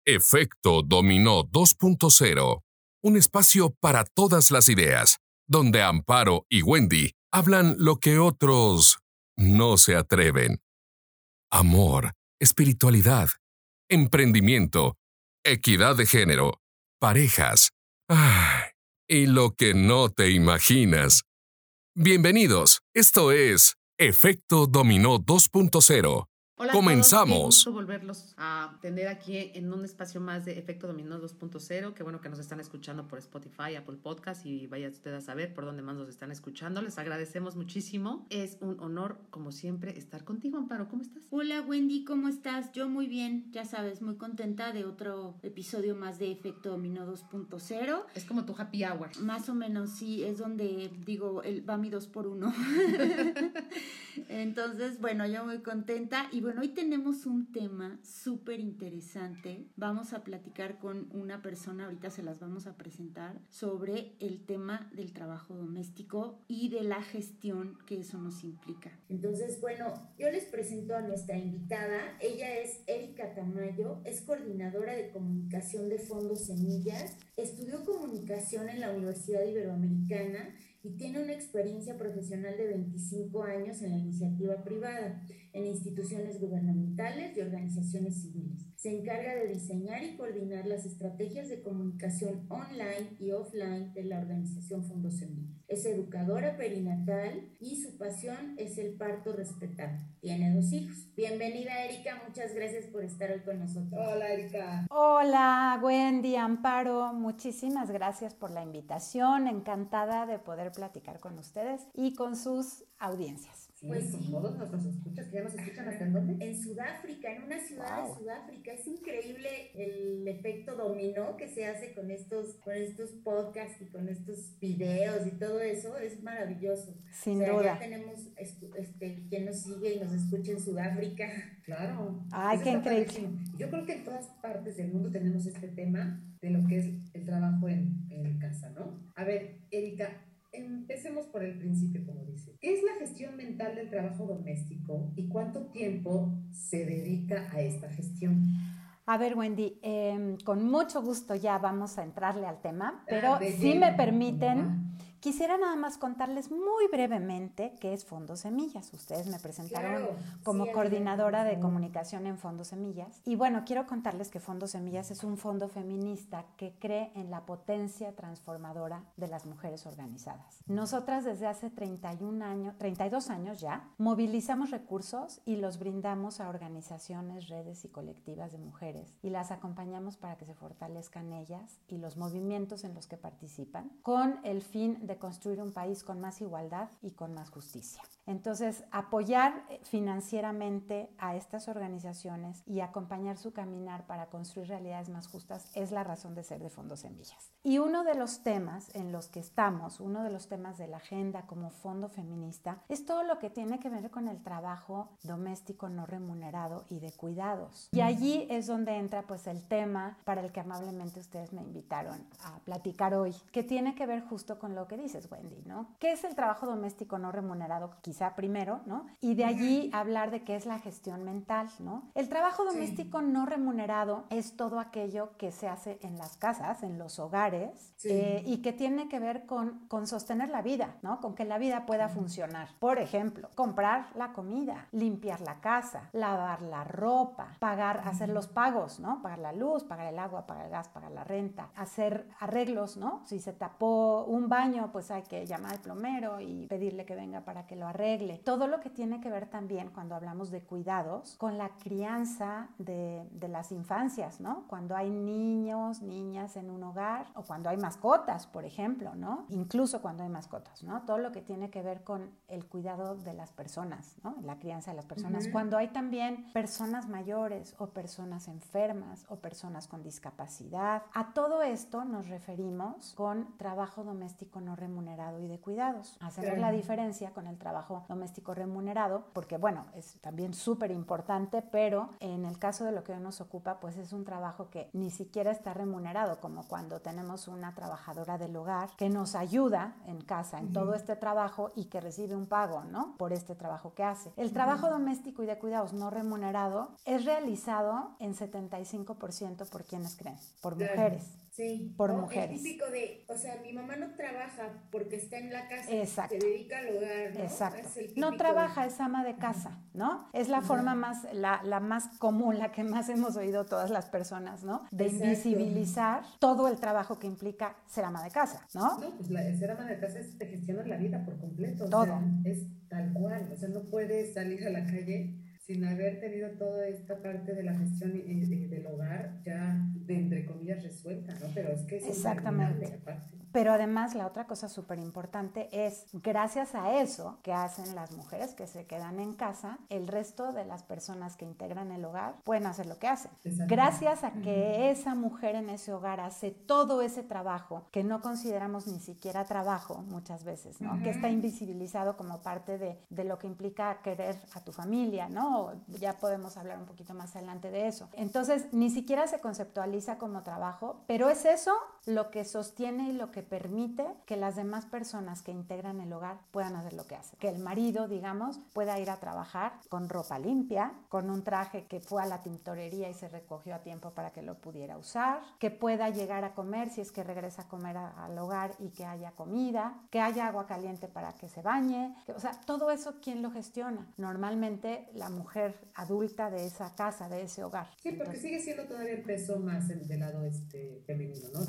Efecto Dominó 2.0, un espacio para todas las ideas, donde Amparo y Wendy hablan lo que otros no se atreven. Amor, espiritualidad, emprendimiento, equidad de género, parejas, y lo que no te imaginas. Bienvenidos, esto es Efecto Dominó 2.0. Hola ¡Comenzamos! A todos, qué gusto volverlos a tener aquí en un espacio más de Efecto Dominó 2.0. Qué bueno que nos están escuchando por Spotify, Apple Podcast y vaya usted a saber por dónde más nos están escuchando. Les agradecemos muchísimo. Es un honor, como siempre, estar contigo, Amparo. ¿Cómo estás? Hola Wendy, ¿cómo estás? Yo muy bien, ya sabes, muy contenta de otro episodio más de Efecto Dominó 2.0. Es como tu happy hour. Más o menos, sí, es donde digo, va mi 2x1. Entonces, bueno, yo muy contenta y bueno, hoy tenemos un tema súper interesante. Vamos a platicar con una persona, ahorita se las vamos a presentar, sobre el tema del trabajo doméstico y de la gestión que eso nos implica. Entonces, bueno, yo les presento a nuestra invitada. Ella es Erika Tamayo, es coordinadora de comunicación de Fondos Semillas, estudió comunicación en la Universidad Iberoamericana y tiene una experiencia profesional de 25 años en la iniciativa privada, en instituciones gubernamentales y organizaciones civiles. Se encarga de diseñar y coordinar las estrategias de comunicación online y offline de la organización Fondos Semillas. Es educadora perinatal y su pasión es el parto respetado. Tiene 2 hijos. Bienvenida, Erika, muchas gracias por estar hoy con nosotros. Hola, Erika. Hola, Wendy, Amparo, muchísimas gracias por la invitación. Encantada de poder platicar con ustedes y con sus audiencias. Sí, pues sí. Todos nuestros escuchas, que ya nos escuchan hasta en dónde? En Sudáfrica, en una ciudad de Sudáfrica. Es increíble el efecto dominó que se hace con estos podcasts y con estos videos y todo eso. Es maravilloso. Sin duda. Ya tenemos quien nos sigue y nos escucha en Sudáfrica. Claro. Ay, qué increíble. Yo creo que en todas partes del mundo tenemos este tema de lo que es el trabajo en casa, ¿no? A ver, Erika, empecemos por el principio, como dice. ¿Qué es la gestión mental del trabajo doméstico y cuánto tiempo se dedica a esta gestión? A ver, Wendy, con mucho gusto ya vamos a entrarle al tema, pero si me permiten, quisiera nada más contarles muy brevemente qué es Fondos Semillas. Ustedes me presentaron como coordinadora de comunicación en Fondos Semillas. Y bueno, quiero contarles que Fondos Semillas es un fondo feminista que cree en la potencia transformadora de las mujeres organizadas. Nosotras desde hace 32 años ya, movilizamos recursos y los brindamos a organizaciones, redes y colectivas de mujeres y las acompañamos para que se fortalezcan ellas y los movimientos en los que participan con el fin de construir un país con más igualdad y con más justicia. Entonces, apoyar financieramente a estas organizaciones y acompañar su caminar para construir realidades más justas es la razón de ser de Fondos Semillas. Y uno de los temas en los que estamos, uno de los temas de la agenda como fondo feminista, es todo lo que tiene que ver con el trabajo doméstico no remunerado y de cuidados. Y allí es donde entra pues el tema para el que amablemente ustedes me invitaron a platicar hoy, que tiene que ver justo con lo que dices, Wendy, ¿no? ¿Qué es el trabajo doméstico no remunerado? Quizá primero, ¿no? Y de allí hablar de qué es la gestión mental, ¿no? El trabajo doméstico no remunerado es todo aquello que se hace en las casas, en los hogares, y que tiene que ver con sostener la vida, ¿no? Con que la vida pueda funcionar. Por ejemplo, comprar la comida, limpiar la casa, lavar la ropa, hacer los pagos, ¿no? Pagar la luz, pagar el agua, pagar el gas, pagar la renta, hacer arreglos, ¿no? Si se tapó un baño, pues hay que llamar al plomero y pedirle que venga para que lo arregle. Todo lo que tiene que ver también cuando hablamos de cuidados con la crianza de las infancias, ¿no? Cuando hay niños, niñas en un hogar o cuando hay mascotas, por ejemplo, ¿no? Incluso cuando hay mascotas, ¿no? Todo lo que tiene que ver con el cuidado de las personas, ¿no? La crianza de las personas. Cuando hay también personas mayores o personas enfermas o personas con discapacidad. A todo esto nos referimos con trabajo doméstico no remunerado y de cuidados. Hacemos la diferencia con el trabajo trabajo doméstico remunerado, porque bueno, es también súper importante, pero en el caso de lo que hoy nos ocupa, pues es un trabajo que ni siquiera está remunerado, como cuando tenemos una trabajadora del hogar que nos ayuda en casa en todo este trabajo y que recibe un pago, ¿no? Por este trabajo que hace. El trabajo doméstico y de cuidados no remunerado es realizado en 75% por quienes creen, por mujeres. Sí, por mujeres. El típico de, o sea, mi mamá no trabaja porque está en la casa, Exacto. se dedica al hogar, ¿no? Exacto. Es el no trabaja, es ama de casa, ¿no? Es la forma más, la más común, la que más hemos oído todas las personas, ¿no? De invisibilizar todo el trabajo que implica ser ama de casa, ¿no? No, pues ser ama de casa es te gestionas la vida por completo. Todo. O sea, es tal cual, o sea, no puedes salir a la calle sin haber tenido toda esta parte de la gestión del hogar ya, de, entre comillas, resuelta, ¿no? Pero es que es exactamente. Aparte. Pero además la otra cosa súper importante es, gracias a eso que hacen las mujeres que se quedan en casa, el resto de las personas que integran el hogar pueden hacer lo que hacen. Gracias a que esa mujer en ese hogar hace todo ese trabajo que no consideramos ni siquiera trabajo muchas veces, ¿no? Que está invisibilizado como parte de lo que implica querer a tu familia, ¿no? Ya podemos hablar un poquito más adelante de eso. Entonces, ni siquiera se conceptualiza como trabajo, pero es eso lo que sostiene y lo que permite que las demás personas que integran el hogar puedan hacer lo que hacen. Que el marido, digamos, pueda ir a trabajar con ropa limpia, con un traje que fue a la tintorería y se recogió a tiempo para que lo pudiera usar, que pueda llegar a comer si es que regresa a comer al hogar y que haya comida, que haya agua caliente para que se bañe, o sea, todo eso, ¿quién lo gestiona? Normalmente la mujer adulta de esa casa, de ese hogar. Sí, porque sigue siendo todavía el peso más del lado femenino, ¿no?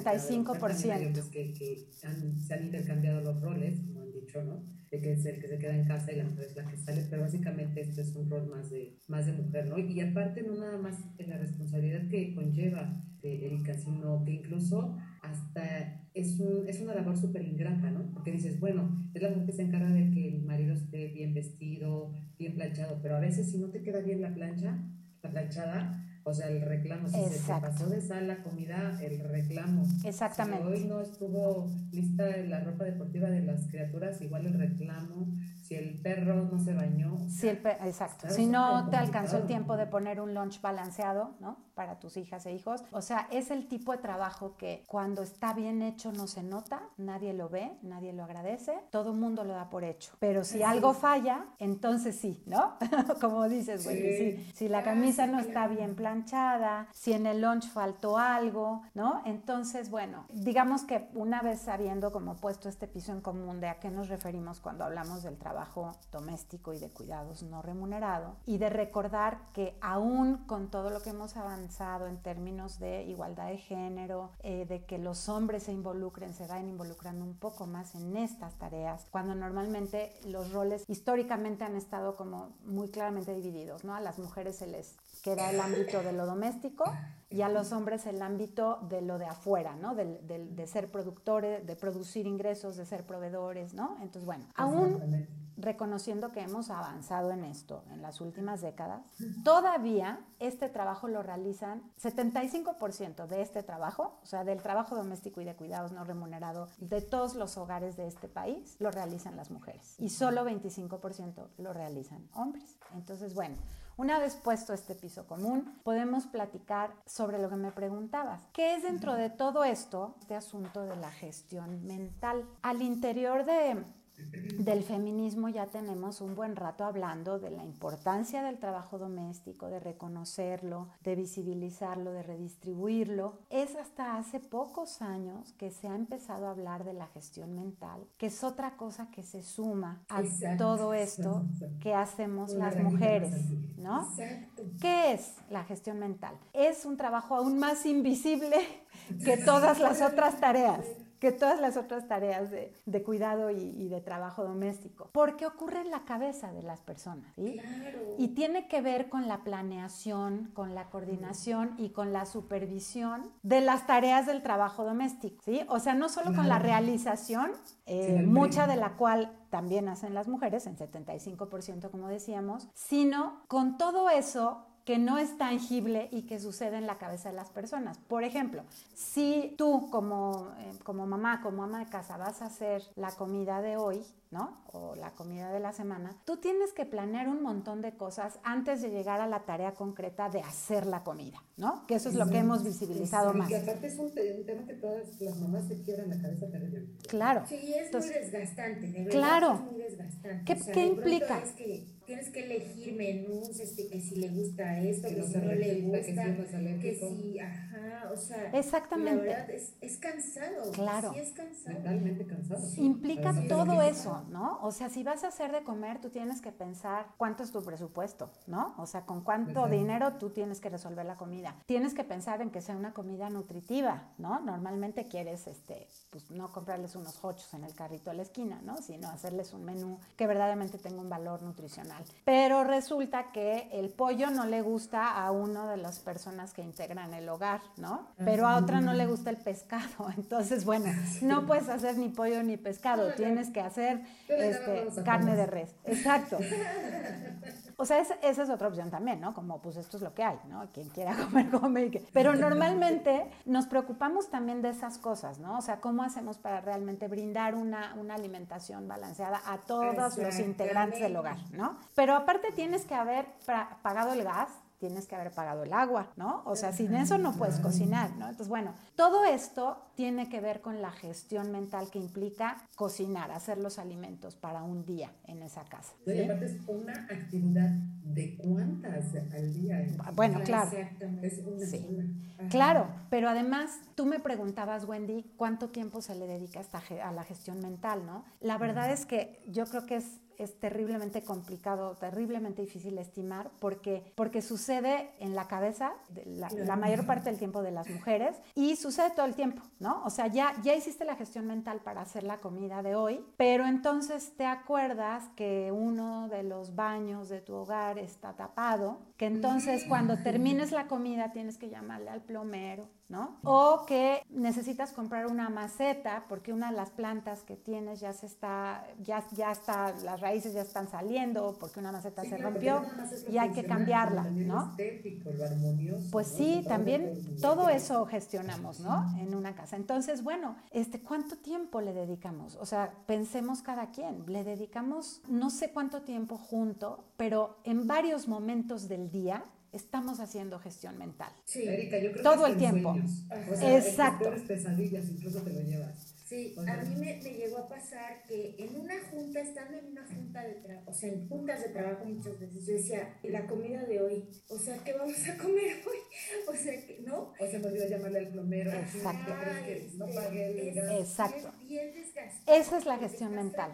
75%. Que se han intercambiado los roles, como han dicho, ¿no? De que es el que se queda en casa y la mujer es la que sale, pero básicamente esto es un rol más de mujer, ¿no? Y aparte no nada más en la responsabilidad que conlleva Erika, sino que incluso hasta es una labor súper ingrata, ¿no? Porque dices, bueno, es la mujer que se encarga de que el marido esté bien vestido, bien planchado, pero a veces si no te queda bien la planchada, o sea, el reclamo, si se te pasó de sal la comida, el reclamo. Exactamente. Si hoy no estuvo lista la ropa deportiva de las criaturas, igual el reclamo. Si el perro no se bañó. Exacto. Si no te alcanzó el tiempo de poner un lunch balanceado, ¿no? Para tus hijas e hijos. O sea, es el tipo de trabajo que cuando está bien hecho no se nota, nadie lo ve, nadie lo agradece, todo el mundo lo da por hecho. Pero si algo falla, entonces sí, ¿no? Como dices, Wendy, si la camisa no está bien planchada, si en el lunch faltó algo, ¿no? Entonces, bueno, digamos que una vez habiendo como puesto este piso en común de a qué nos referimos cuando hablamos del trabajo doméstico y de cuidados no remunerado, y de recordar que aún con todo lo que hemos avanzado en términos de igualdad de género, de que los hombres se vayan involucrando un poco más en estas tareas, cuando normalmente los roles históricamente han estado como muy claramente divididos, ¿no? A las mujeres se les queda el ámbito de lo doméstico y a los hombres el ámbito de lo de afuera, ¿no? De ser productores, de producir ingresos, de ser proveedores, ¿no? Entonces, bueno, aún reconociendo que hemos avanzado en esto en las últimas décadas, todavía este trabajo lo realizan 75% de este trabajo, o sea, del trabajo doméstico y de cuidados no remunerado de todos los hogares de este país, lo realizan las mujeres y solo 25% lo realizan hombres. Entonces, bueno, una vez puesto este piso común, podemos platicar sobre lo que me preguntabas. ¿Qué es dentro de todo esto, este asunto de la gestión mental? Al interior del feminismo ya tenemos un buen rato hablando de la importancia del trabajo doméstico, de reconocerlo, de visibilizarlo, de redistribuirlo. Es hasta hace pocos años que se ha empezado a hablar de la gestión mental, que es otra cosa que se suma a todo esto que hacemos las mujeres, ¿no? ¿Qué es la gestión mental? Es un trabajo aún más invisible que todas las otras tareas. De cuidado y de trabajo doméstico, porque ocurre en la cabeza de las personas, ¿sí? Claro. Y tiene que ver con la planeación, con la coordinación y con la supervisión de las tareas del trabajo doméstico, ¿sí? O sea, no solo con la realización, mucha de la cual también hacen las mujeres, en 75% como decíamos, sino con todo eso que no es tangible y que sucede en la cabeza de las personas. Por ejemplo, si tú como mamá, como ama de casa vas a hacer la comida de hoy, ¿no? O la comida de la semana, tú tienes que planear un montón de cosas antes de llegar a la tarea concreta de hacer la comida, ¿no? Que eso es lo que hemos visibilizado más. Y aparte es un tema que todas las mamás se quiebran la cabeza terrible. Claro. Sí, es muy desgastante, de verdad. Claro. Es muy desgastante. ¿Qué implica? Es que tienes que elegir menús, que si le gusta esto, que que no si no le gusta, que si, ajá, o sea, exactamente. La verdad es cansado. Claro. Sí es cansado. Mentalmente cansado. Sí. Implica todo eso, ¿no? O sea, si vas a hacer de comer, tú tienes que pensar cuánto es tu presupuesto, ¿no? O sea, con cuánto dinero tú tienes que resolver la comida. Tienes que pensar en que sea una comida nutritiva, ¿no? Normalmente quieres, pues no comprarles unos hochos en el carrito a la esquina, ¿no? Sino hacerles un menú que verdaderamente tenga un valor nutricional. Pero resulta que el pollo no le gusta a una de las personas que integran el hogar, ¿no? Pero a otra no le gusta el pescado. Entonces, bueno, no puedes hacer ni pollo ni pescado, tienes que hacer carne de res. Exacto. O sea, esa es otra opción también, ¿no? Como, pues esto es lo que hay, ¿no? Quien quiera comer, come. Pero normalmente nos preocupamos también de esas cosas, ¿no? O sea, ¿cómo hacemos para realmente brindar una alimentación balanceada a todos los integrantes del hogar, ¿no? Pero aparte tienes que haber pagado el gas, tienes que haber pagado el agua, ¿no? O sea, sin eso no puedes cocinar, ¿no? Entonces, bueno, todo esto tiene que ver con la gestión mental que implica cocinar, hacer los alimentos para un día en esa casa. ¿Sí? Y aparte es una actividad de cuántas al día. Bueno, claro. Es una sola. Claro, pero además tú me preguntabas, Wendy, ¿cuánto tiempo se le dedica a la gestión mental, ¿no? La verdad es que yo creo que es terriblemente complicado, terriblemente difícil de estimar porque sucede en la cabeza la mayor parte del tiempo de las mujeres y sucede todo el tiempo, ¿no? O sea, ya hiciste la gestión mental para hacer la comida de hoy, pero entonces te acuerdas que uno de los baños de tu hogar está tapado, que entonces cuando termines la comida tienes que llamarle al plomero, ¿no? O que necesitas comprar una maceta porque una de las plantas que tienes ya está, las raíces ya están saliendo porque una maceta se rompió y hay que cambiarla, ¿no? Estético, lo armonioso, pues sí, ¿no? También todo eso gestionamos, ¿no? En una casa. Entonces, bueno, ¿cuánto tiempo le dedicamos? O sea, pensemos cada quien, le dedicamos no sé cuánto tiempo junto, pero en varios momentos del día estamos haciendo gestión mental. Sí. Erika, yo creo todo que el tiempo. O sea, exacto. En tus pesadillas incluso te lo llevas. Sí, a mí me llegó a pasar que en una junta, estando en una junta de trabajo, o sea, en juntas de trabajo muchas veces, yo decía, la comida de hoy, o sea, ¿qué vamos a comer hoy? O sea, que, ¿no? O se me olvidó llamarle al plomero. Exacto. No pagué el gas. Exacto. Es bien desgastante. Esa es la gestión mental.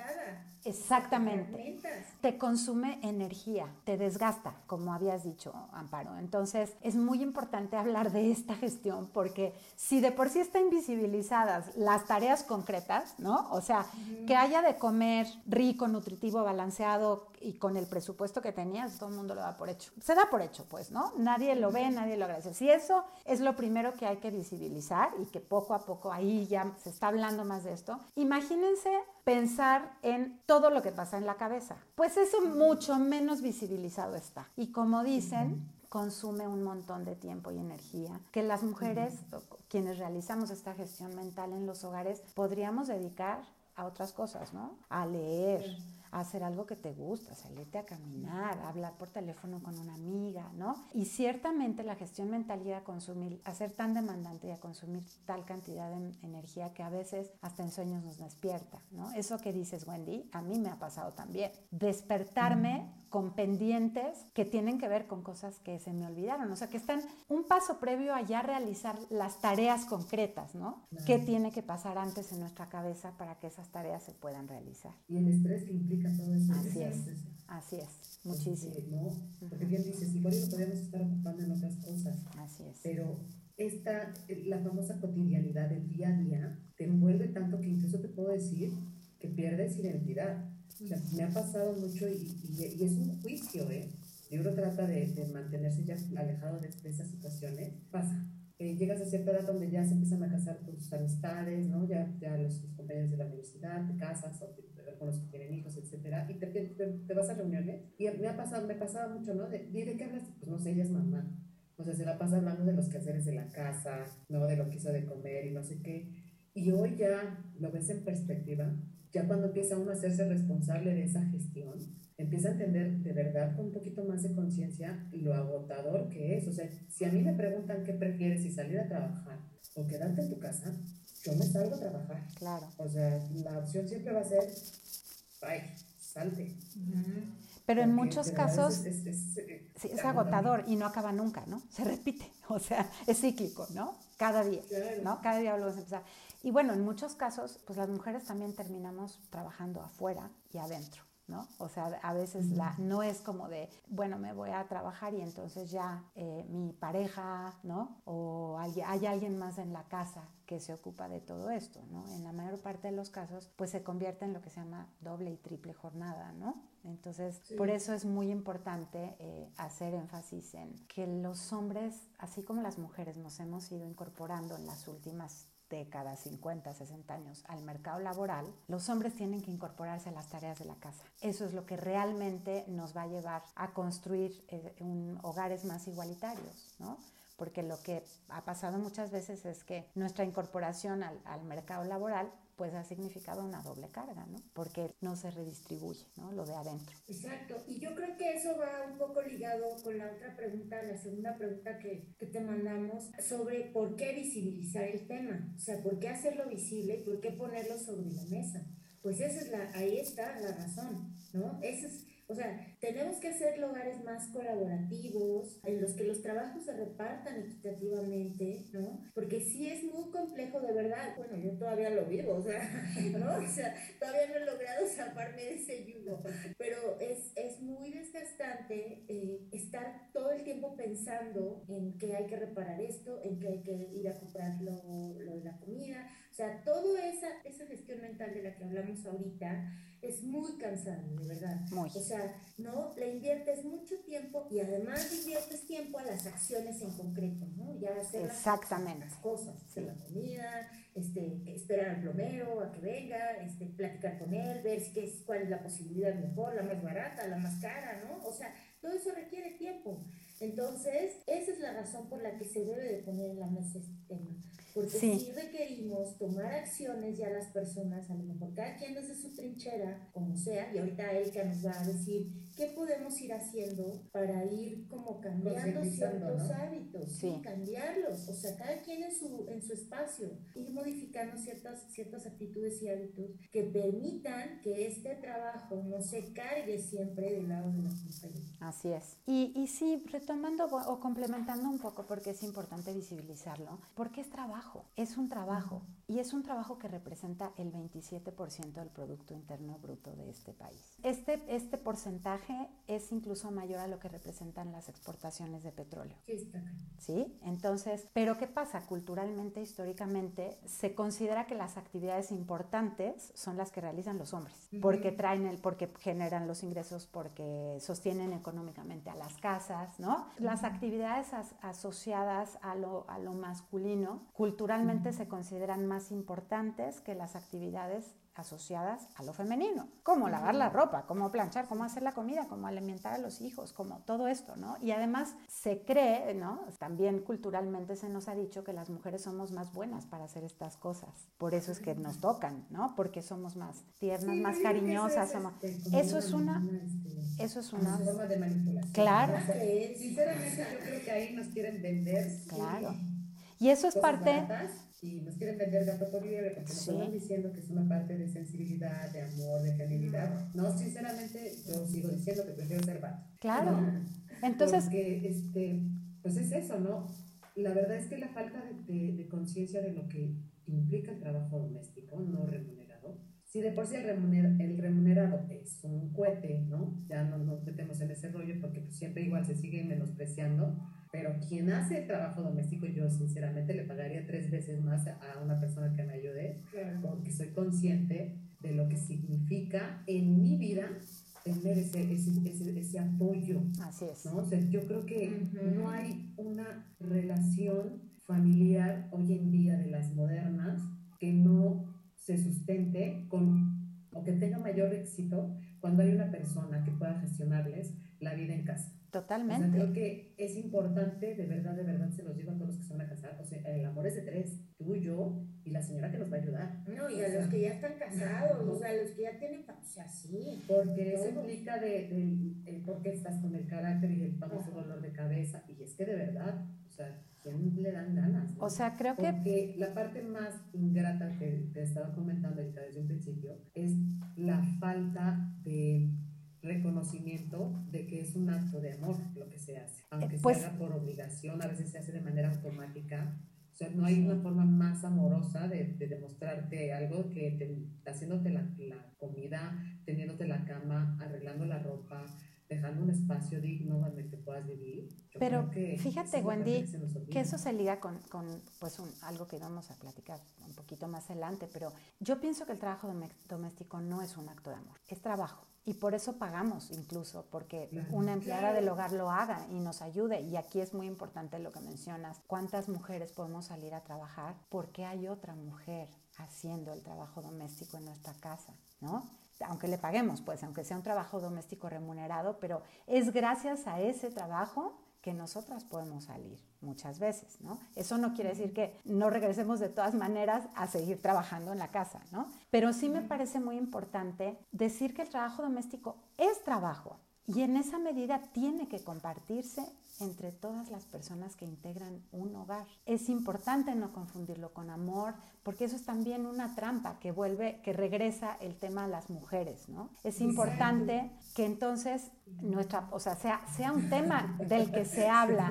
Exactamente. Te consume energía, te desgasta, como habías dicho, Amparo. Entonces, es muy importante hablar de esta gestión porque si de por sí están invisibilizadas las tareas concretas, ¿no? O sea, que haya de comer rico, nutritivo, balanceado y con el presupuesto que tenías, todo el mundo lo da por hecho. Se da por hecho, pues, ¿no? Nadie lo ve, nadie lo agradece. Si eso es lo primero que hay que visibilizar y que poco a poco ahí ya se está hablando más de esto, imagínense pensar en todo lo que pasa en la cabeza. Pues eso mucho menos visibilizado está. Y como dicen, consume un montón de tiempo y energía que las mujeres, quienes realizamos esta gestión mental en los hogares, podríamos dedicar a otras cosas, ¿no? A leer, a hacer algo que te gusta, salirte a caminar, a hablar por teléfono con una amiga, ¿no? Y ciertamente la gestión mental llega a consumir, a ser tan demandante y a consumir tal cantidad de energía que a veces hasta en sueños nos despierta, ¿no? Eso que dices, Wendy, a mí me ha pasado también. Despertarme con pendientes que tienen que ver con cosas que se me olvidaron, o sea, que están un paso previo a ya realizar las tareas concretas, ¿no? ¿Qué tiene que pasar antes en nuestra cabeza para que esas tareas se puedan realizar? Y el estrés que implica todo eso. Así es, muchísimo. ¿No? Porque bien dices, igual lo podemos estar ocupando en otras cosas. Así es. Pero la famosa cotidianidad del día a día te envuelve tanto que incluso te puedo decir que pierdes identidad. O sea, me ha pasado mucho y es un juicio, ¿eh? El libro trata de mantenerse ya alejado de esas situaciones. Pasa. Llegas a cierta edad donde ya se empiezan a casar tus amistades, ¿no? Ya los compañeros de la universidad, te casas con los que tienen hijos, etcétera, y te vas a reuniones. Y me pasaba mucho, ¿no? ¿De qué hablas? Pues no sé, ella es mamá. O sea, se la pasa hablando de los quehaceres de la casa, ¿no? De lo que hizo de comer y no sé qué. Y hoy ya lo ves en perspectiva, ya cuando empieza uno a hacerse responsable de esa gestión, empieza a entender de verdad con un poquito más de conciencia lo agotador que es. O sea, si a mí me preguntan qué prefieres, si salir a trabajar o quedarte en tu casa, yo me salgo a trabajar. Claro. O sea, la opción siempre va a ser, bye, salte. Pero en muchos casos es agotador y no acaba nunca, ¿no? Se repite, o sea, es cíclico, ¿no? Cada día, claro. ¿No? Cada día volvemos a empezar. Y bueno, en muchos casos, pues las mujeres también terminamos trabajando afuera y adentro, ¿no? O sea, a veces no es como de, bueno, me voy a trabajar y entonces ya mi pareja, ¿no? O hay alguien más en la casa que se ocupa de todo esto, ¿no? En la mayor parte de los casos, pues se convierte en lo que se llama doble y triple jornada, ¿no? Entonces, por eso es muy importante hacer énfasis en que los hombres, así como las mujeres, nos hemos ido incorporando en las últimas décadas, 50, 60 años, al mercado laboral, los hombres tienen que incorporarse a las tareas de la casa. Eso es lo que realmente nos va a llevar a construir hogares más igualitarios, ¿no? Porque lo que ha pasado muchas veces es que nuestra incorporación al mercado laboral pues ha significado una doble carga, ¿no? Porque no se redistribuye, ¿no? Lo de adentro. Exacto, y yo creo que eso va un poco ligado con la otra pregunta, la segunda pregunta que te mandamos sobre por qué visibilizar el tema, o sea, por qué hacerlo visible y por qué ponerlo sobre la mesa. Pues ahí está la razón, ¿no? O sea, tenemos que hacer lugares más colaborativos, en los que los trabajos se repartan equitativamente, ¿no? Porque sí es muy complejo, de verdad. Bueno, yo todavía lo vivo, o sea, ¿no? O sea, todavía no he logrado zafarme de ese yugo, pero es muy desgastante estar todo el tiempo pensando en que hay que reparar esto, en que hay que ir a comprar lo de la comida. O sea, toda esa gestión mental de la que hablamos ahorita es muy cansado, de verdad. Muy. O sea, ¿no? Le inviertes mucho tiempo y además inviertes tiempo a las acciones en concreto, ¿no? Ya hacer las cosas, hacer la comida, esperar al plomero a que venga, platicar con él, ver cuál es la posibilidad mejor, la más barata, la más cara, ¿no? O sea, todo eso requiere tiempo. Entonces, esa es la razón por la que se debe de poner en la mesa este tema. Porque sí requerimos tomar acciones ya las personas, a lo mejor cada quien desde su trinchera, como sea, y ahorita Erika nos va a decir qué podemos ir haciendo para ir como cambiando ciertos hábitos, sí, cambiarlos, o sea, cada quien en su espacio, ir modificando ciertas actitudes y hábitos que permitan que este trabajo no se cargue siempre del lado de las mujeres. Así es. Y sí, retomando o complementando un poco, porque es importante visibilizarlo, porque es trabajo. Es un trabajo y es un trabajo que representa el 27% del Producto Interno Bruto de este país. Este porcentaje es incluso mayor a lo que representan las exportaciones de petróleo. ¿Sí? Entonces, ¿pero qué pasa? Culturalmente, históricamente, se considera que las actividades importantes son las que realizan los hombres, porque porque generan los ingresos, porque sostienen económicamente a las casas, ¿no? Las actividades asociadas a lo masculino, culturalmente se consideran más importantes que las actividades asociadas a lo femenino, como lavar la ropa, como planchar, como hacer la comida, como alimentar a los hijos, como todo esto, ¿no? Y además se cree, ¿no? También culturalmente se nos ha dicho que las mujeres somos más buenas para hacer estas cosas, por eso es que nos tocan, ¿no? Porque somos más tiernas, más cariñosas, eso es una forma de manipulación. Claro. Sinceramente yo creo que ahí nos quieren vender. Claro. Y eso es parte... Y nos quieren vender gato por liebre porque nos están diciendo que es una parte de sensibilidad, de amor, de feminidad. No, sinceramente, yo sigo diciendo que prefiero ser vato. Claro. Entonces... Porque, pues es eso, ¿no? La verdad es que la falta de conciencia de lo que implica el trabajo doméstico no remunerado. Si de por sí el remunerado es un cohete, ¿no? Ya no nos metemos en ese rollo porque pues, siempre igual se sigue menospreciando. Pero quien hace el trabajo doméstico, yo sinceramente le pagaría 3 veces más a una persona que me ayude, porque soy consciente de lo que significa en mi vida tener ese apoyo. Así es. ¿No? O sea, yo creo que no hay una relación familiar hoy en día de las modernas que no se sustente o que tenga mayor éxito cuando hay una persona que pueda gestionarles la vida en casa. Totalmente. O sea, creo que es importante, de verdad, se los digo a todos los que se van a casar, o sea, el amor es de 3, tú, yo y la señora que nos va a ayudar. No, y a los que ya están casados, o sea, a los que ya tienen, o sea, sí. Porque eso implica por qué estás con el carácter y el famoso dolor de cabeza. Y es que de verdad, o sea, ¿quién le dan ganas? ¿No? O sea, creo que... Porque la parte más ingrata que te estaba comentando ahorita desde un principio es la falta de reconocimiento de que es un acto de amor lo que se hace. Aunque pues, se haga por obligación, a veces se hace de manera automática. O sea, no hay una forma más amorosa de demostrarte algo que haciéndote la comida, teniéndote la cama, arreglando la ropa, dejando un espacio digno donde te puedas vivir. Pero fíjate, Wendy, que eso se liga con pues algo que vamos a platicar un poquito más adelante, pero yo pienso que el trabajo doméstico no es un acto de amor, es trabajo. Y por eso pagamos incluso, porque una empleada del hogar lo haga y nos ayude. Y aquí es muy importante lo que mencionas. ¿Cuántas mujeres podemos salir a trabajar? Porque hay otra mujer haciendo el trabajo doméstico en nuestra casa, ¿no? Aunque le paguemos, pues, aunque sea un trabajo doméstico remunerado, pero es gracias a ese trabajo que nosotras podemos salir muchas veces, ¿no? Eso no quiere decir que no regresemos de todas maneras a seguir trabajando en la casa, ¿no? Pero sí me parece muy importante decir que el trabajo doméstico es trabajo y en esa medida tiene que compartirse entre todas las personas que integran un hogar. Es importante no confundirlo con amor, porque eso es también una trampa que regresa el tema a las mujeres, ¿no? Es importante que entonces sea un tema del que se habla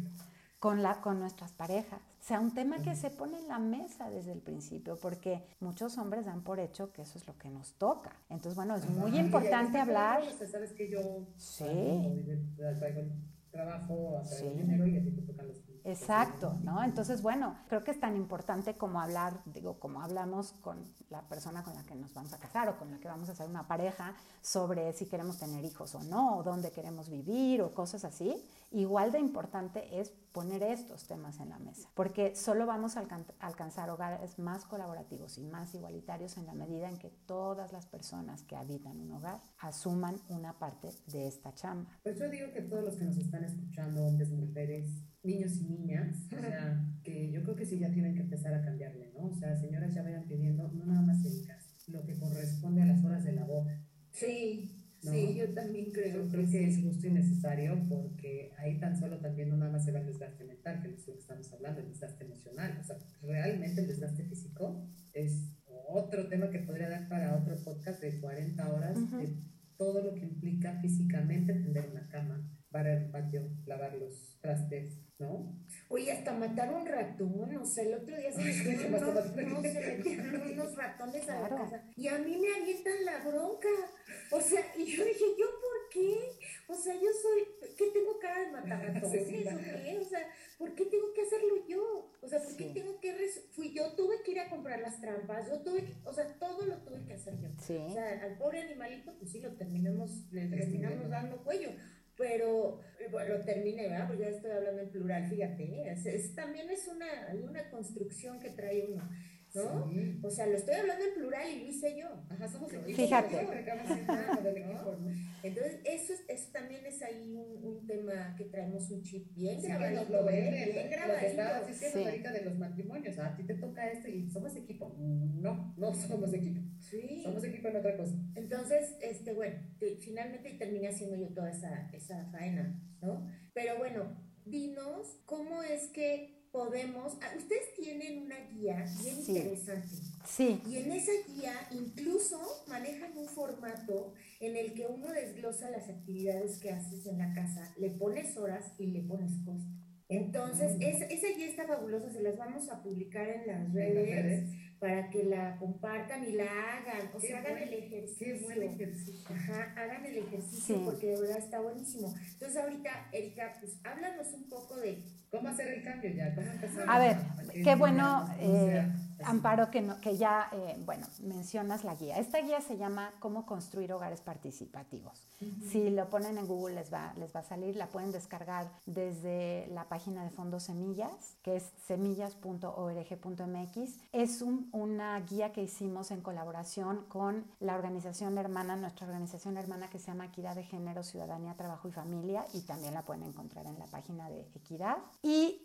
con nuestras parejas, sea un tema que se pone en la mesa desde el principio, porque muchos hombres dan por hecho que eso es lo que nos toca. Entonces, bueno, es muy importante hablar. Sabes que yo traigo trabajo, atraer dinero y a ti te tocan los... Exacto, ¿no? Entonces, bueno, creo que es tan importante como como hablamos con la persona con la que nos vamos a casar o con la que vamos a hacer una pareja sobre si queremos tener hijos o no, o dónde queremos vivir o cosas así. Igual de importante es poner estos temas en la mesa, porque solo vamos a alcanzar hogares más colaborativos y más igualitarios en la medida en que todas las personas que habitan un hogar asuman una parte de esta chamba. Pues yo digo que todos los que nos están escuchando, hombres, mujeres, niños y niñas, o sea, que yo creo que sí ya tienen que empezar a cambiarle, ¿no? O sea, señoras ya vayan pidiendo, no nada más en casa, lo que corresponde a las horas de labor. Sí. ¿No? Sí, yo también creo que es justo y necesario, porque ahí tan solo también no nada más se va el desgaste mental, que es lo que estamos hablando, el desgaste emocional. O sea, realmente el desgaste físico es otro tema que podría dar para otro podcast de 40 horas, de todo lo que implica físicamente tender una cama, barrer el patio, lavar los trastes, ¿no? Oye, hasta matar un ratón, o sea, el otro día se metieron unos ratones a la casa y a mí me avientan la bronca, o sea, y yo dije, ¿yo por qué? O sea, ¿qué tengo cara de matar ratones? ¿O qué? O sea, ¿por qué tengo que hacerlo yo? O sea, ¿por qué tengo que yo tuve que ir a comprar las trampas, o sea, todo lo tuve que hacer yo. Sí. O sea, al pobre animalito, pues sí, le terminamos dando cuello. Pero lo terminé, ¿verdad? Porque ya estoy hablando en plural, fíjate, también es una construcción que trae uno, ¿no? Sí. O sea, lo estoy hablando en plural y lo hice yo. Ajá, somos equipo. Fíjate. ¿No? Entonces, eso también es ahí un tema que traemos un chip bien grabadito. Lo bien grabadito. Lo que estabas diciendo ahorita de los matrimonios, a ti te toca y somos equipo. No somos equipo. Sí. Somos equipo en otra cosa. Entonces, bueno, finalmente terminé haciendo yo toda esa faena, ¿no? Pero bueno, dinos cómo es que podemos... Ustedes tienen una guía bien interesante. Sí. Y en esa guía incluso manejan un formato en el que uno desglosa las actividades que haces en la casa, le pones horas y le pones costo. Entonces, esa guía está fabulosa, se las vamos a publicar en las redes para que la compartan y la hagan, o sea, hagan el ejercicio. Qué buen ejercicio. Ajá, hagan el ejercicio porque de verdad está buenísimo. Entonces, ahorita, Erika, pues háblanos un poco de cómo hacer el cambio ya, cómo empezar. A ver, qué bueno, Amparo, que ya, mencionas la guía. Esta guía se llama Cómo construir hogares participativos. Si lo ponen en Google les va a salir, la pueden descargar desde la página de Fondo Semillas, que es semillas.org.mx. Es una guía que hicimos en colaboración con la organización hermana, nuestra organización hermana que se llama Equidad de Género, Ciudadanía, Trabajo y Familia, y también la pueden encontrar en la página de Equidad. Y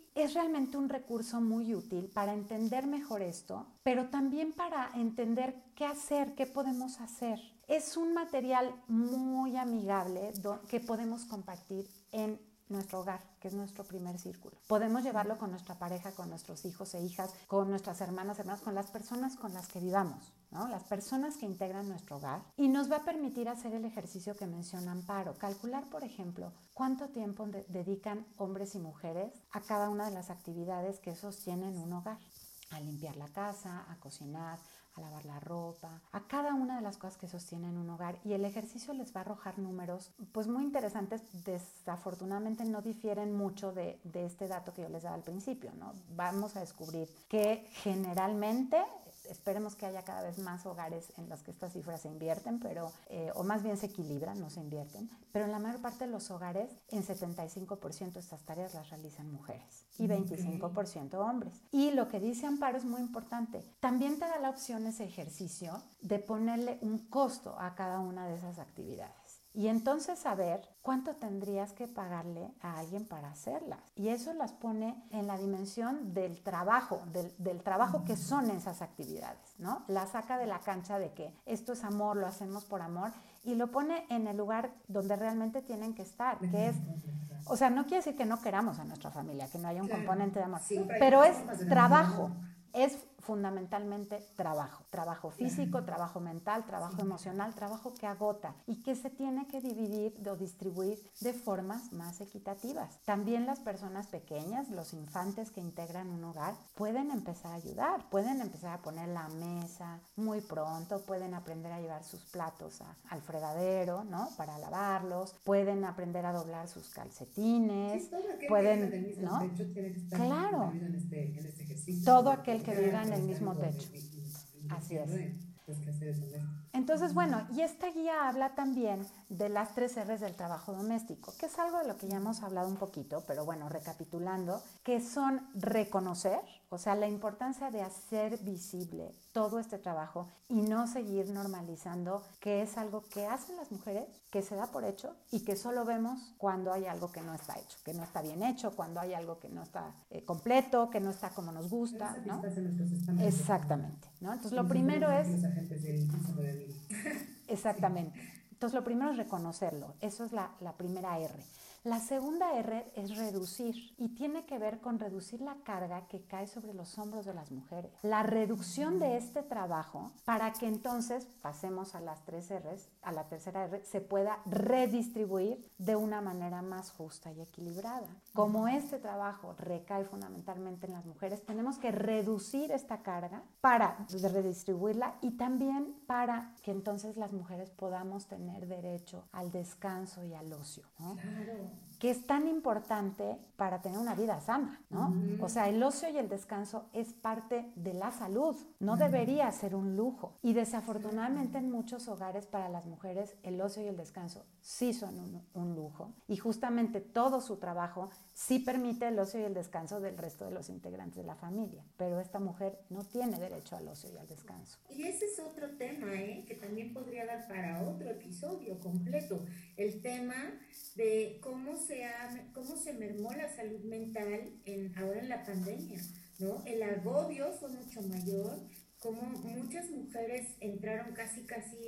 es realmente un recurso muy útil para entender mejor esto, pero también para entender qué hacer, qué podemos hacer. Es un material muy amigable que podemos compartir en nuestro hogar, que es nuestro primer círculo. Podemos llevarlo con nuestra pareja, con nuestros hijos e hijas, con nuestras hermanas, con las personas con las que vivamos, ¿no? Las personas que integran nuestro hogar, y nos va a permitir hacer el ejercicio que menciona Amparo, calcular, por ejemplo, cuánto tiempo dedican hombres y mujeres a cada una de las actividades que sostienen un hogar, a limpiar la casa, a cocinar, a lavar la ropa, a cada una de las cosas que sostienen un hogar, y el ejercicio les va a arrojar números pues muy interesantes. Desafortunadamente no difieren mucho de este dato que yo les daba al principio, ¿no? Vamos a descubrir que generalmente, esperemos que haya cada vez más hogares en los que estas cifras se invierten, pero, o más bien se equilibran, no se invierten, pero en la mayor parte de los hogares, en 75% de estas tareas las realizan mujeres y 25% hombres. Y lo que dice Amparo es muy importante. También te da la opción ese ejercicio de ponerle un costo a cada una de esas actividades. Y entonces saber cuánto tendrías que pagarle a alguien para hacerlas. Y eso las pone en la dimensión del trabajo, del trabajo que son esas actividades, ¿no? La saca de la cancha de que esto es amor, lo hacemos por amor, y lo pone en el lugar donde realmente tienen que estar, que es, o sea, no quiere decir que no queramos a nuestra familia, que no haya un componente de amor, pero es trabajo. Es fundamentalmente trabajo físico, trabajo mental, trabajo emocional, trabajo que agota y que se tiene que dividir o distribuir de formas más equitativas. También las personas pequeñas, los infantes que integran un hogar, pueden empezar a ayudar, pueden empezar a poner la mesa muy pronto, pueden aprender a llevar sus platos al fregadero, ¿no? Para lavarlos, pueden aprender a doblar sus calcetines, pueden, ¿no? Claro, en este ejercicio, todo aquel que viva en el mismo techo. Así es. Entonces, bueno, y esta guía habla también de las 3 R's del trabajo doméstico, que es algo de lo que ya hemos hablado un poquito, pero bueno, recapitulando, que son reconocer, o sea, la importancia de hacer visible todo este trabajo y no seguir normalizando que es algo que hacen las mujeres, que se da por hecho y que solo vemos cuando hay algo que no está hecho, que no está bien hecho, cuando hay algo que no está completo, que no está como nos gusta, ¿no? Exactamente, ¿no? Entonces, lo primero es... Exactamente. Entonces, lo primero es reconocerlo. Eso es la primera R. La segunda R es reducir, y tiene que ver con reducir la carga que cae sobre los hombros de las mujeres. La reducción de este trabajo para que entonces pasemos a las 3 R's, a la tercera R, se pueda redistribuir de una manera más justa y equilibrada. Como este trabajo recae fundamentalmente en las mujeres, tenemos que reducir esta carga para redistribuirla y también para que entonces las mujeres podamos tener derecho al descanso y al ocio, ¿no? Claro. Que es tan importante para tener una vida sana, ¿no? O sea, el ocio y el descanso es parte de la salud, no debería ser un lujo. Y desafortunadamente en muchos hogares para las mujeres el ocio y el descanso sí son un lujo, y justamente todo su trabajo sí permite el ocio y el descanso del resto de los integrantes de la familia, pero esta mujer no tiene derecho al ocio y al descanso. Y ese es otro tema, que también podría dar para otro episodio completo, el tema de cómo se mermó la salud mental ahora en la pandemia, ¿no? El agobio fue mucho mayor, como muchas mujeres entraron casi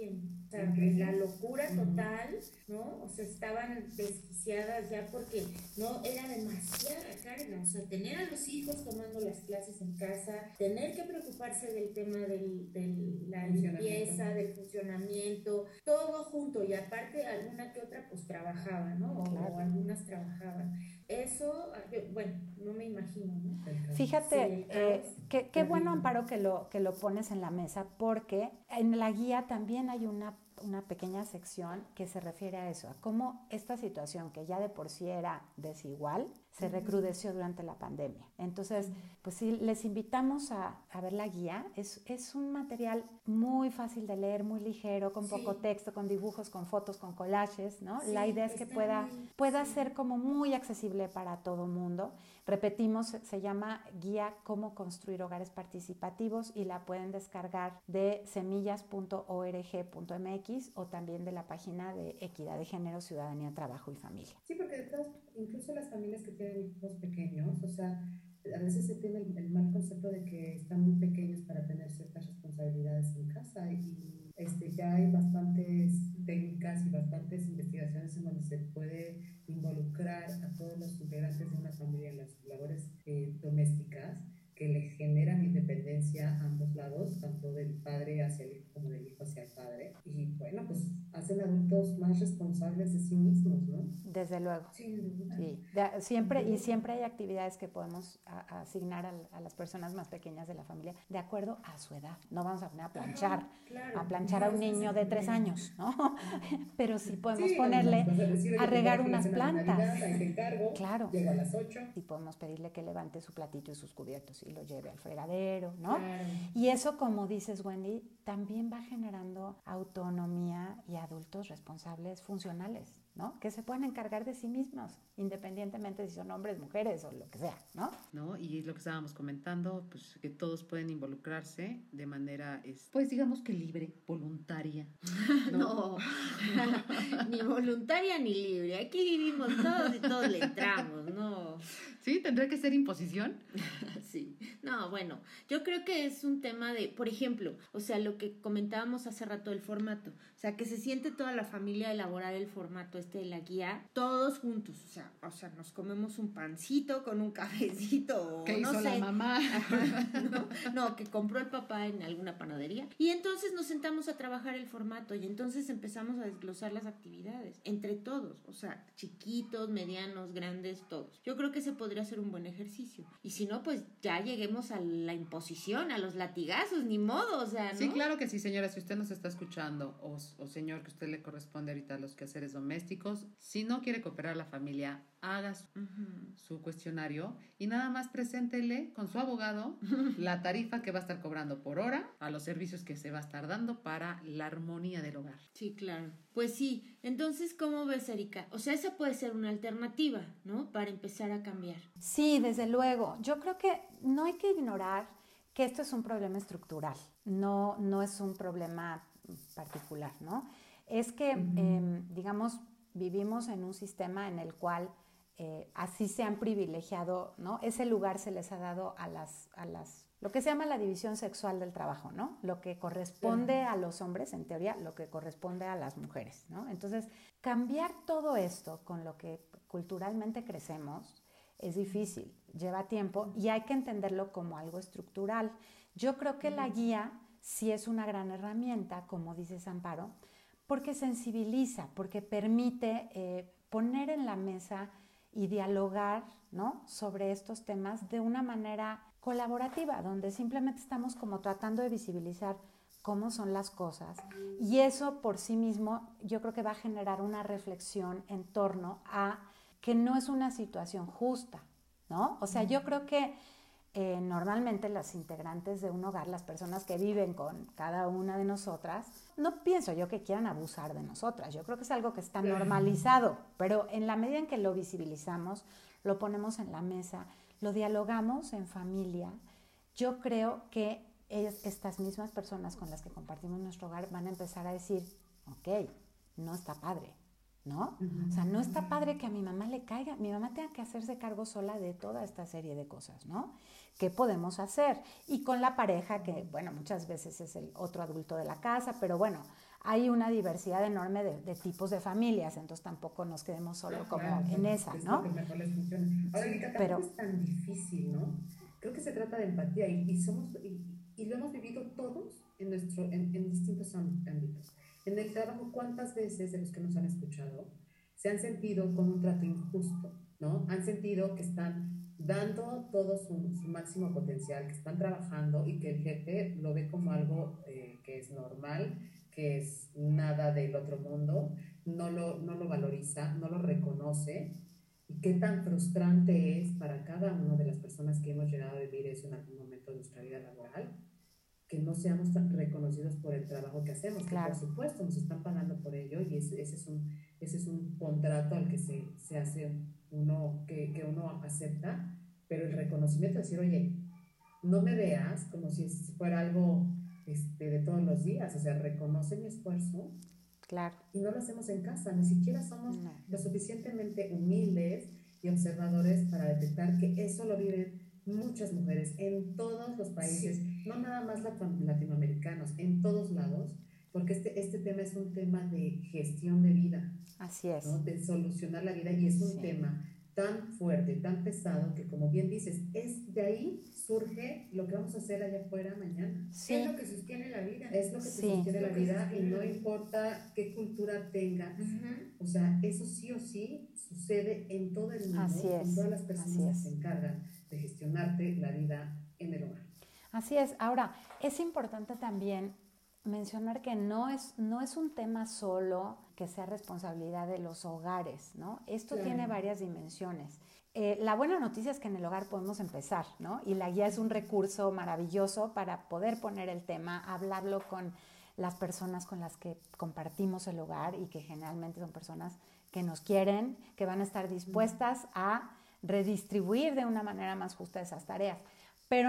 en la locura total, ¿no? O sea, estaban desquiciadas ya porque no era demasiada carga, o sea, tener a los hijos tomando las clases en casa, tener que preocuparse del tema de la limpieza, del funcionamiento, todo junto, y aparte alguna que otra pues trabajaba, ¿no? O algunas trabajaban. Eso, bueno, no me imagino, ¿no? Fíjate, qué bueno, Amparo, que lo pones en la mesa, porque en la guía también hay una pequeña sección que se refiere a eso, a cómo esta situación, que ya de por sí era desigual, se recrudeció durante la pandemia. Entonces, pues sí, les invitamos a ver la guía. Es un material muy fácil de leer, muy ligero, con poco texto, con dibujos, con fotos, con collages, ¿no? Sí, la idea es que pueda ser como muy accesible para todo mundo. Repetimos, se llama Guía Cómo Construir Hogares Participativos, y la pueden descargar de semillas.org.mx o también de la página de Equidad de Género, Ciudadanía, Trabajo y Familia. Sí, porque incluso las familias que tienen hijos pequeños, o sea, a veces se tiene el mal concepto de que están muy pequeños para tener ciertas responsabilidades en casa y ya hay bastantes técnicas y bastantes investigaciones en donde se puede involucrar a todos los integrantes de una familia en las labores domésticas que le generan independencia a ambos lados, tanto del padre hacia el hijo como del hijo hacia el padre. Y bueno, pues hacen adultos más responsables de sí mismos, ¿no? Desde luego. Sí. Siempre hay actividades que podemos asignar a las personas más pequeñas de la familia de acuerdo a su edad. No vamos a poner a planchar, a un niño de 3 años, ¿no? Pero sí podemos ponerle a regar unas plantas. Ahí te encargo, claro. Llego a las 8. Y podemos pedirle que levante su platito y sus cubiertos y lo lleve al fregadero, ¿no? Claro. Y eso, como dices, Wendy, también va generando autonomía y adultos responsables funcionales, ¿no? Que se puedan encargar de sí mismos, independientemente si son hombres, mujeres o lo que sea, ¿no? ¿No? Y lo que estábamos comentando, pues que todos pueden involucrarse de manera, pues digamos que libre, voluntaria. No, ni voluntaria ni libre. Aquí vivimos todos y todos le entramos, ¿no? ¿Sí? ¿Tendrá que ser imposición? Sí. No, bueno, yo creo que es un tema de, por ejemplo, o sea, lo que comentábamos hace rato del formato, o sea, que se siente toda la familia a elaborar el formato de la guía, todos juntos, o sea, nos comemos un pancito con un cafecito, ¿Qué hizo la mamá? No, que compró el papá en alguna panadería, y entonces nos sentamos a trabajar el formato, y entonces empezamos a desglosar las actividades, entre todos, o sea, chiquitos, medianos, grandes, todos. Yo creo que ese podría ser un buen ejercicio, y si no, pues ya lleguemos a la imposición, a los latigazos, ni modo, o sea, ¿no? Sí, claro que sí, señora, si usted nos está escuchando, o señor, que a usted le corresponde ahorita los quehaceres domésticos, si no quiere cooperar la familia, haga su cuestionario y nada más preséntele con su abogado la tarifa que va a estar cobrando por hora a los servicios que se va a estar dando para la armonía del hogar. Sí, claro. Pues sí, entonces, ¿cómo ves, Erika? O sea, esa puede ser una alternativa, ¿no? Para empezar a cambiar. Sí, desde luego. Yo creo que no hay que ignorar que esto es un problema estructural, no es un problema particular, ¿no? Es que, digamos, vivimos en un sistema en el cual así se han privilegiado, ¿no? Ese lugar se les ha dado a las lo que se llama la división sexual del trabajo, ¿no? Lo que corresponde a los hombres, en teoría, lo que corresponde a las mujeres, ¿no? Entonces, cambiar todo esto con lo que culturalmente crecemos es difícil, lleva tiempo y hay que entenderlo como algo estructural. Yo creo que la guía sí es una gran herramienta, como dices, Amparo, porque sensibiliza, porque permite poner en la mesa y dialogar, ¿no?, sobre estos temas de una manera colaborativa, donde simplemente estamos como tratando de visibilizar cómo son las cosas, y eso por sí mismo yo creo que va a generar una reflexión en torno a que no es una situación justa, ¿no? O sea, yo creo que normalmente las integrantes de un hogar, las personas que viven con cada una de nosotras, no pienso yo que quieran abusar de nosotras, yo creo que es algo que está normalizado, pero en la medida en que lo visibilizamos, lo ponemos en la mesa, lo dialogamos en familia, yo creo que estas mismas personas con las que compartimos nuestro hogar van a empezar a decir, ok, no está padre, ¿no? O sea, no está padre que a mi mamá le caiga, mi mamá tenga que hacerse cargo sola de toda esta serie de cosas, ¿no? ¿Qué podemos hacer? Y con la pareja, que, bueno, muchas veces es el otro adulto de la casa, pero bueno, hay una diversidad enorme de tipos de familias, entonces tampoco nos quedemos solo en esa, ¿no? Ahora, Erika, tampoco es tan difícil, ¿no? Creo que se trata de empatía y lo hemos vivido todos en distintos ámbitos. En el trabajo, ¿cuántas veces de los que nos han escuchado se han sentido con un trato injusto, ¿no? Han sentido que están dando todo su máximo potencial, que están trabajando y que el jefe lo ve como algo que es normal, que es nada del otro mundo, no lo valoriza, no lo reconoce, y qué tan frustrante es para cada una de las personas que hemos llegado a vivir eso en algún momento de nuestra vida laboral, que no seamos tan reconocidos por el trabajo que hacemos, claro. Que por supuesto nos están pagando por ello y ese es un contrato al que se hace uno, que uno acepta, pero el reconocimiento es decir, oye, no me veas como si fuera algo de todos los días, o sea, reconoce mi esfuerzo. Claro. Y no lo hacemos en casa, ni siquiera somos lo suficientemente humildes y observadores para detectar que eso lo viven muchas mujeres en todos los países, no nada más latinoamericanos, en todos lados, porque este tema es un tema de gestión de vida. Así es. ¿No? De solucionar la vida, y es un tema tan fuerte, tan pesado, que como bien dices, es de ahí surge lo que vamos a hacer allá afuera mañana. Sí. Es lo que sostiene la vida. Es lo que sostiene la vida, y no importa qué cultura tenga. O sea, eso sí o sí sucede en todo el mundo, con todas las personas que se encargan de gestionarte la vida en el hogar. Así es. Ahora, es importante también mencionar que no es un tema solo que sea responsabilidad de los hogares, ¿no? Esto tiene varias dimensiones. La buena noticia es que en el hogar podemos empezar, ¿no? Y la guía es un recurso maravilloso para poder poner el tema, hablarlo con las personas con las que compartimos el hogar, y que generalmente son personas que nos quieren, que van a estar dispuestas a redistribuir de una manera más justa esas tareas. Pero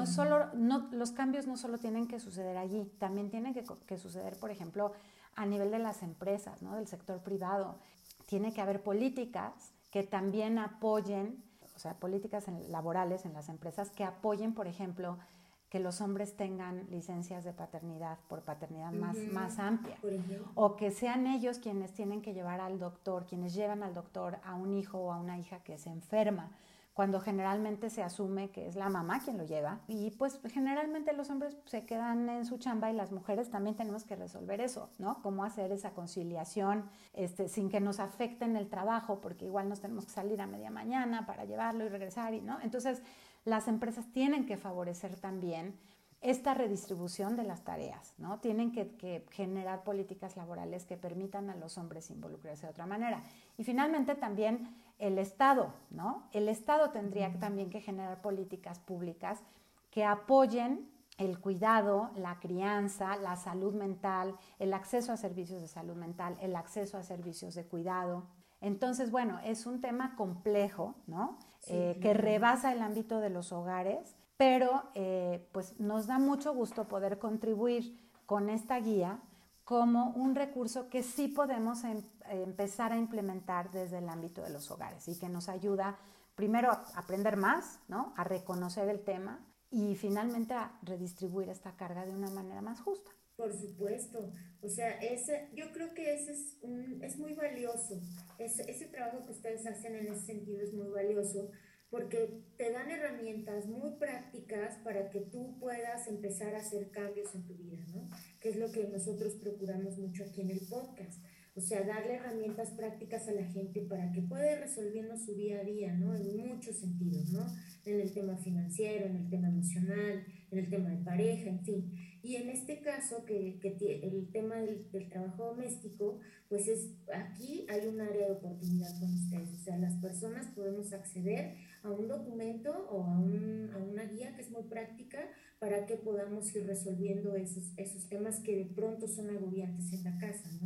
los cambios no solo tienen que suceder allí, también tienen que suceder, por ejemplo, a nivel de las empresas, ¿no? Del sector privado. Tiene que haber políticas que también apoyen, o sea, políticas laborales en las empresas que apoyen, por ejemplo, que los hombres tengan licencias de paternidad por paternidad más amplia, o que sean ellos quienes tienen que llevar al doctor, quienes llevan al doctor a un hijo o a una hija que se enferma, cuando generalmente se asume que es la mamá quien lo lleva, y pues generalmente los hombres se quedan en su chamba, y las mujeres también tenemos que resolver eso, ¿no? Cómo hacer esa conciliación sin que nos afecte en el trabajo, porque igual nos tenemos que salir a media mañana para llevarlo y regresar, ¿no? Entonces las empresas tienen que favorecer también esta redistribución de las tareas, ¿no? Tienen que generar políticas laborales que permitan a los hombres involucrarse de otra manera. Y finalmente también el Estado, ¿no? El Estado tendría también que generar políticas públicas que apoyen el cuidado, la crianza, la salud mental, el acceso a servicios de salud mental, el acceso a servicios de cuidado. Entonces, bueno, es un tema complejo, ¿no? Que rebasa el ámbito de los hogares, pero pues nos da mucho gusto poder contribuir con esta guía como un recurso que sí podemos empezar a implementar desde el ámbito de los hogares, y que nos ayuda primero a aprender más, ¿no? A reconocer el tema, y finalmente a redistribuir esta carga de una manera más justa. Por supuesto, o sea, yo creo que ese es muy valioso, ese trabajo que ustedes hacen en ese sentido es muy valioso, porque te dan herramientas muy prácticas para que tú puedas empezar a hacer cambios en tu vida, ¿no? Que es lo que nosotros procuramos mucho aquí en el podcast. O sea, darle herramientas prácticas a la gente para que pueda ir resolviendo su día a día, ¿no? En muchos sentidos, ¿no? En el tema financiero, en el tema emocional, en el tema de pareja, en fin. Y en este caso, que el tema del trabajo doméstico, pues aquí hay un área de oportunidad con ustedes. O sea, las personas podemos acceder a un documento o a una guía que es muy práctica para que podamos ir resolviendo esos temas que de pronto son agobiantes en la casa, ¿no?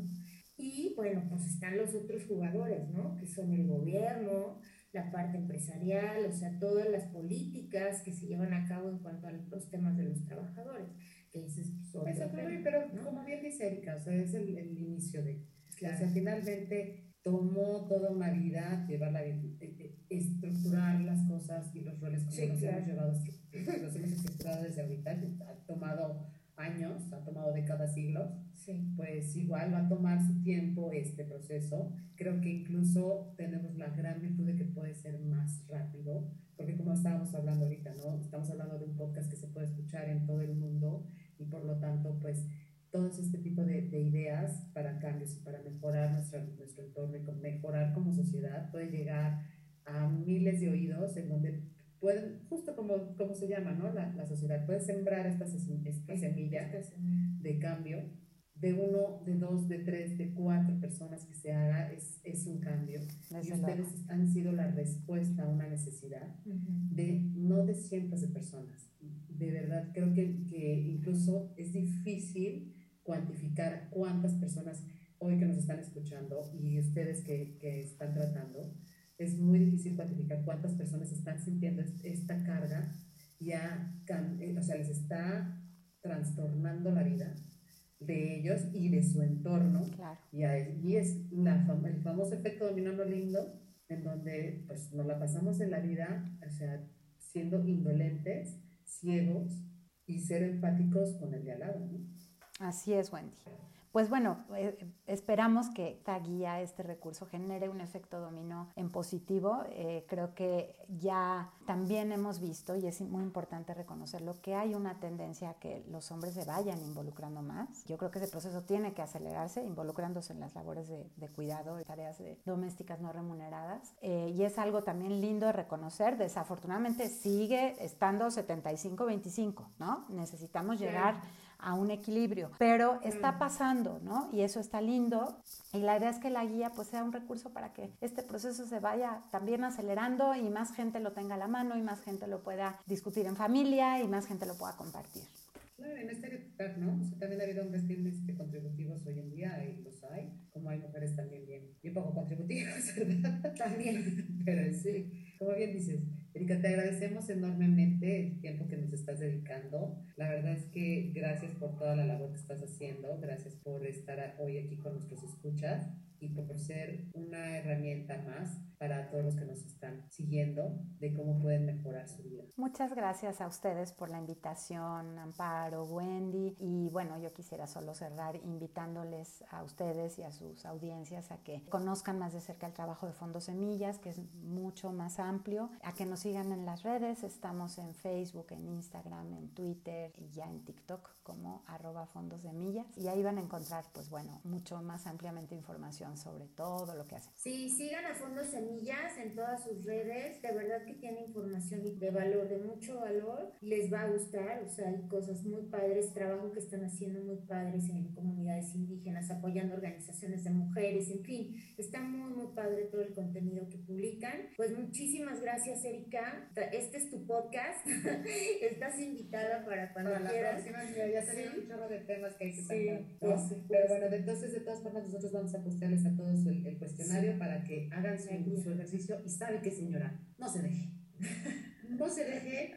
Y bueno, pues están los otros jugadores, ¿no? Que son el gobierno, la parte empresarial, o sea, todas las políticas que se llevan a cabo en cuanto a los temas de los trabajadores. Que ese es pero ¿no? Como bien dice Erika, o sea, es el inicio de... Claro. O sea, finalmente tomó toda una vida llevarla, estructurar las cosas y los roles como los hemos llevado, los hemos estructurado desde ahorita. Ha tomado años, ha tomado décadas, siglos. Pues igual va a tomar su tiempo este proceso. Creo que incluso tenemos la gran virtud de que puede ser más rápido, porque como estábamos hablando ahorita, ¿no? Estamos hablando de un podcast que se puede escuchar en todo el mundo, y por lo tanto, pues todos este tipo de ideas para cambios y para mejorar nuestro entorno y mejorar como sociedad puede llegar a miles de oídos, en donde pueden, justo como se llama, ¿no? La sociedad puede sembrar esta semilla de cambio. De 1, de 2, de 3, de 4 personas que se haga, es un cambio. Y ustedes han sido la respuesta a una necesidad no de cientos de personas. De verdad, creo que incluso es difícil cuantificar cuántas personas hoy que nos están escuchando, y ustedes que están tratando, es muy difícil cuantificar cuántas personas están sintiendo esta carga, o sea, les está trastornando la vida de ellos y de su entorno. Claro. Y ahí es el famoso efecto dominó no lindo, en donde pues nos la pasamos en la vida, o sea, siendo indolentes, ciegos y ser empáticos con el de al lado, ¿no? Así es, Wendy. Pues bueno, esperamos que esta guía, este recurso genere un efecto dominó en positivo. Creo que ya también hemos visto, y es muy importante reconocerlo, que hay una tendencia a que los hombres se vayan involucrando más. Yo creo que ese proceso tiene que acelerarse, involucrándose en las labores de cuidado y tareas domésticas no remuneradas. Y es algo también lindo de reconocer. Desafortunadamente sigue estando 75-25, ¿no? Necesitamos llegar a un equilibrio, pero está pasando, ¿no? Y eso está lindo, y la idea es que la guía pues sea un recurso para que este proceso se vaya también acelerando y más gente lo tenga a la mano y más gente lo pueda discutir en familia y más gente lo pueda compartir. Claro, en estereotipar, ¿no? O sea, también ha habido hombres bien contributivos hoy en día, y los hay, como hay mujeres también bien poco contributivas, ¿verdad? También, pero sí, como bien dices, Erika, te agradecemos enormemente el tiempo que nos estás dedicando. La verdad es que gracias por toda la labor que estás haciendo, gracias por estar hoy aquí con nuestros escuchas y por ser una herramienta más para todos los que nos están siguiendo de cómo pueden mejorar su vida. Muchas gracias a ustedes por la invitación, Amparo, Wendy, y bueno, yo quisiera solo cerrar invitándoles a ustedes y a sus audiencias a que conozcan más de cerca el trabajo de Fondos Semillas, que es mucho más amplio, a que nos sigan en las redes. Estamos en Facebook, en Instagram, en Twitter y ya en TikTok como @FondosSemillas, y ahí van a encontrar pues bueno, mucho más ampliamente información sobre todo lo que hacen. Sí, sigan a Fondos Semillas en todas sus redes, de verdad que tiene información de valor, de mucho valor, les va a gustar, o sea, hay cosas muy padres, trabajo que están haciendo muy padres en comunidades indígenas, apoyando organizaciones de mujeres, en fin, está muy padre todo el contenido que publican. Pues muchísimas gracias, Erika, este es tu podcast, estás invitada para cuando quieras. Ya salieron un chorro de temas que hay que sacar, ¿no? Pero bueno, entonces de todas formas nosotros vamos a postearles a todos el cuestionario para que hagan su ejercicio. Y sabe qué, señora, no se deje. No se deje,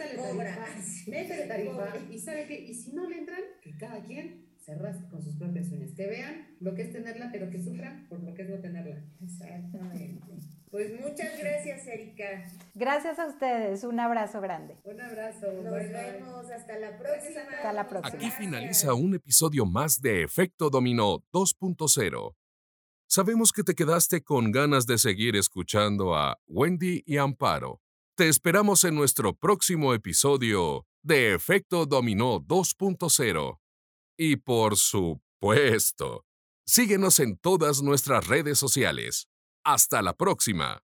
métale tarifa, y sabe que, y si no le entran, que cada quien se rasque con sus propias uñas, que vean lo que es tenerla, pero que sufran por lo que es no tenerla. Exactamente. Pues muchas gracias, Erika. Gracias a ustedes, un abrazo grande. Un abrazo. Nos vemos, hasta la próxima. Hasta la próxima. Aquí finaliza un episodio más de Efecto Dominó 2.0. Sabemos que te quedaste con ganas de seguir escuchando a Wendy y Amparo. Te esperamos en nuestro próximo episodio de Efecto Dominó 2.0. Y por supuesto, síguenos en todas nuestras redes sociales. Hasta la próxima.